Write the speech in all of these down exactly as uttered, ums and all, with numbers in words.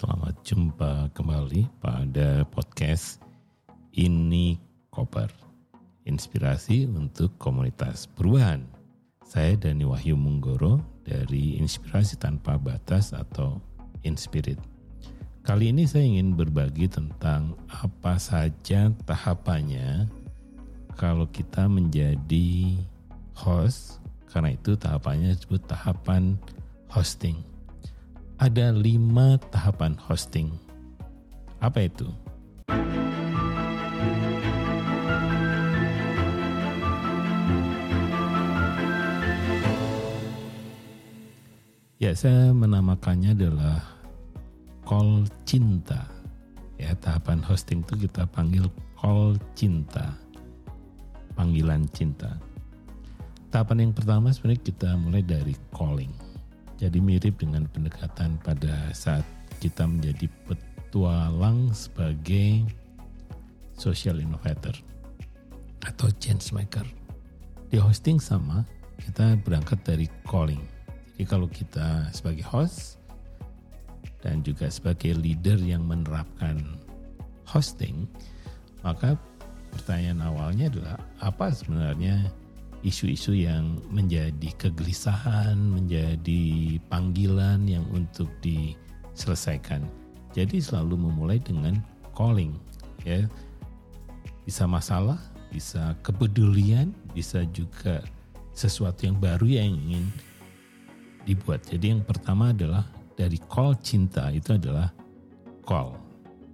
selamat jumpa kembali pada podcast Ini Koper, inspirasi untuk komunitas perubahan. Saya Dani Wahyu Munggoro dari Inspirasi Tanpa Batas atau Inspirit. Kali ini saya ingin berbagi tentang apa saja tahapannya kalau kita menjadi host, karena itu tahapannya disebut tahapan hosting. Ada lima tahapan hosting. Apa itu? Ya, saya menamakannya adalah call cinta. Ya, tahapan hosting itu kita panggil call cinta. Panggilan cinta. Tahapan yang pertama sebenarnya kita mulai dari calling. Jadi mirip dengan pendekatan pada saat kita menjadi petualang sebagai social innovator atau change maker. Di hosting sama, kita berangkat dari calling. Jadi kalau kita sebagai host dan juga sebagai leader yang menerapkan hosting, maka pertanyaan awalnya adalah apa sebenarnya isu-isu yang menjadi kegelisahan, menjadi panggilan yang untuk diselesaikan. Jadi selalu memulai dengan calling, ya. Bisa masalah, bisa kepedulian, bisa juga sesuatu yang baru yang ingin dibuat. Jadi yang pertama adalah dari call cinta itu adalah call.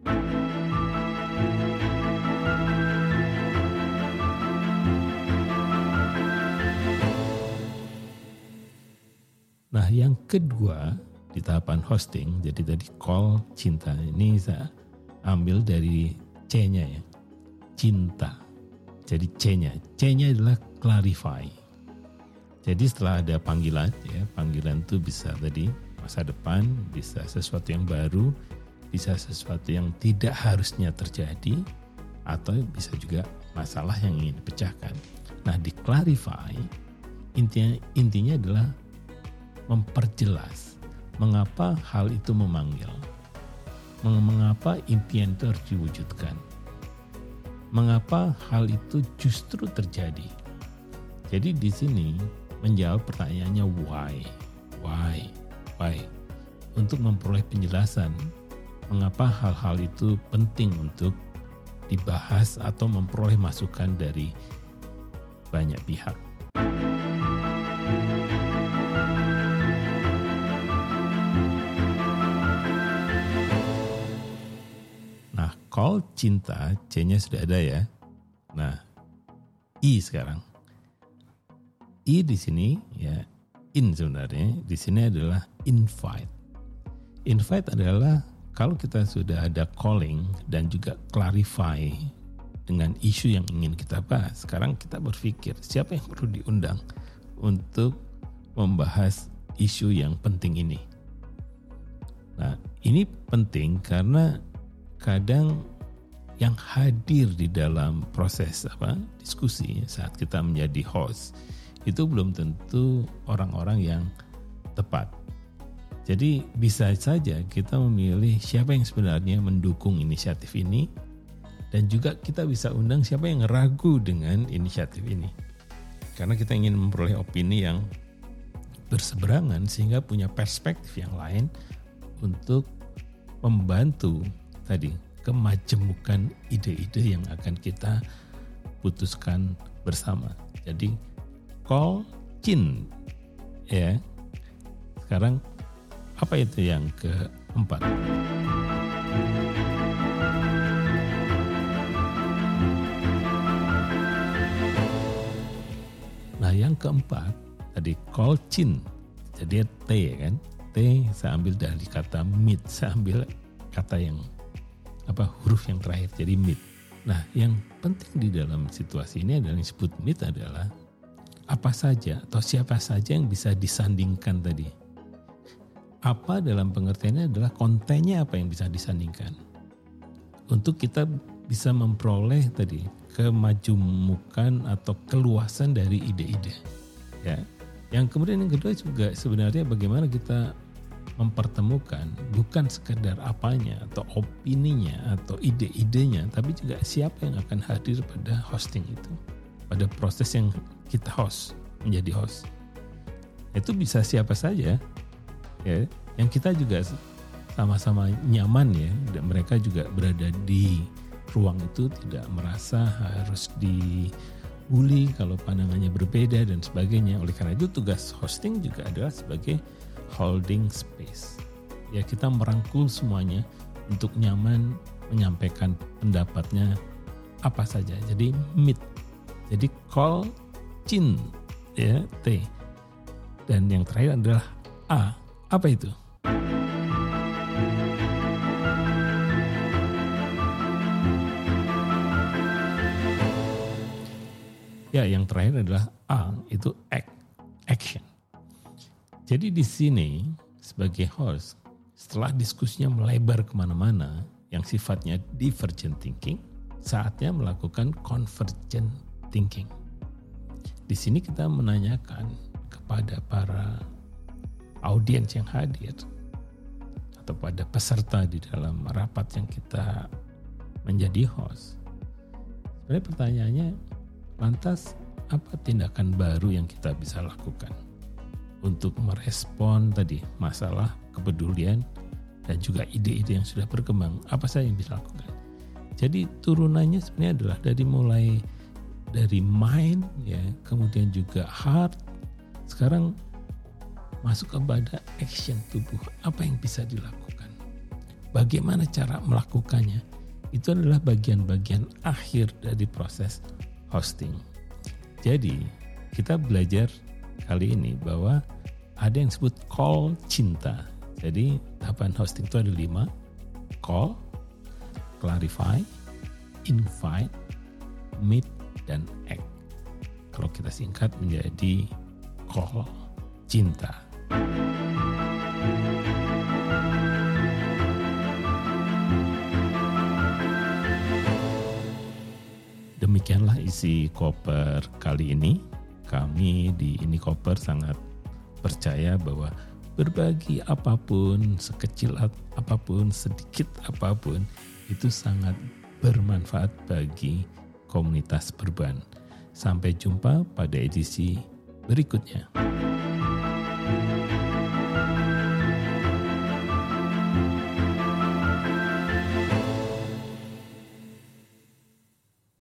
Nah, yang kedua di tahapan hosting, jadi tadi call cinta ini saya ambil dari C-nya ya, cinta. Jadi C-nya, C-nya adalah clarify. Jadi setelah ada panggilan, ya panggilan itu bisa tadi masa depan, bisa sesuatu yang baru, bisa sesuatu yang tidak harusnya terjadi, atau bisa juga masalah yang ingin dipecahkan. Nah, di clarify intinya intinya adalah memperjelas mengapa hal itu memanggil, mengapa impian itu harus diwujudkan, mengapa hal itu justru terjadi. Jadi di sini menjawab pertanyaannya why, why, why, untuk memperoleh penjelasan mengapa hal-hal itu penting untuk dibahas atau memperoleh masukan dari banyak pihak. Call cinta, C-nya sudah ada ya. Nah, I sekarang. I di sini ya, in sebenarnya di sini adalah invite. Invite adalah kalau kita sudah ada calling dan juga clarify dengan isu yang ingin kita bahas. Sekarang kita berpikir siapa yang perlu diundang untuk membahas isu yang penting ini. Nah, ini penting karena kadang yang hadir di dalam proses apa diskusi saat kita menjadi host itu belum tentu orang-orang yang tepat. Jadi bisa saja kita memilih siapa yang sebenarnya mendukung inisiatif ini dan juga kita bisa undang siapa yang ragu dengan inisiatif ini. Karena kita ingin memperoleh opini yang berseberangan sehingga punya perspektif yang lain untuk membantu tadi kemajemukan ide-ide yang akan kita putuskan bersama. Jadi call cin ya. Sekarang apa itu yang keempat? Nah, yang keempat tadi call cin. Jadi T kan? T saya ambil dari kata meet, saya ambil kata yang apa huruf yang terakhir jadi meet. Nah, yang penting di dalam situasi ini adalah yang disebut meet adalah apa saja atau siapa saja yang bisa disandingkan tadi. Apa dalam pengertiannya adalah kontennya apa yang bisa disandingkan. Untuk kita bisa memperoleh tadi kemajemukan atau keluasan dari ide-ide. Ya. Yang kemudian yang kedua juga sebenarnya bagaimana kita mempertemukan bukan sekedar apanya atau opininya atau ide-idenya, tapi juga siapa yang akan hadir pada hosting itu, pada proses yang kita host, menjadi host. Itu bisa siapa saja, ya, yang kita juga sama-sama nyaman ya, dan mereka juga berada di ruang itu tidak merasa harus dibully kalau pandangannya berbeda dan sebagainya. Oleh karena itu tugas hosting juga adalah sebagai holding space. Ya, kita merangkul semuanya untuk nyaman menyampaikan pendapatnya apa saja. Jadi meet. Jadi call, cin, ya, T. Dan yang terakhir adalah A. Apa itu? Ya, yang terakhir adalah A, itu act, action. Jadi di sini sebagai host, setelah diskusinya melebar kemana-mana yang sifatnya divergent thinking, saatnya melakukan convergent thinking. Di sini kita menanyakan kepada para audiens yang hadir atau pada peserta di dalam rapat yang kita menjadi host. Sebenarnya pertanyaannya, lantas apa tindakan baru yang kita bisa lakukan untuk merespon tadi masalah kepedulian dan juga ide-ide yang sudah berkembang? Apa saja yang bisa lakukan? Jadi turunannya sebenarnya adalah dari mulai dari mind, ya, kemudian juga heart, sekarang masuk kepada action tubuh. Apa yang bisa dilakukan? Bagaimana cara melakukannya? Itu adalah bagian-bagian akhir dari proses hosting. Jadi kita belajar kali ini bahwa ada yang disebut call cinta. Jadi tahapan hosting itu ada lima: call, clarify, invite, meet, dan act. Kalau kita singkat menjadi call cinta. Demikianlah isi koper kali ini. Kami di Ini Koper sangat percaya bahwa berbagi apapun, sekecil apapun, sedikit apapun, itu sangat bermanfaat bagi komunitas Perban. Sampai jumpa pada edisi berikutnya.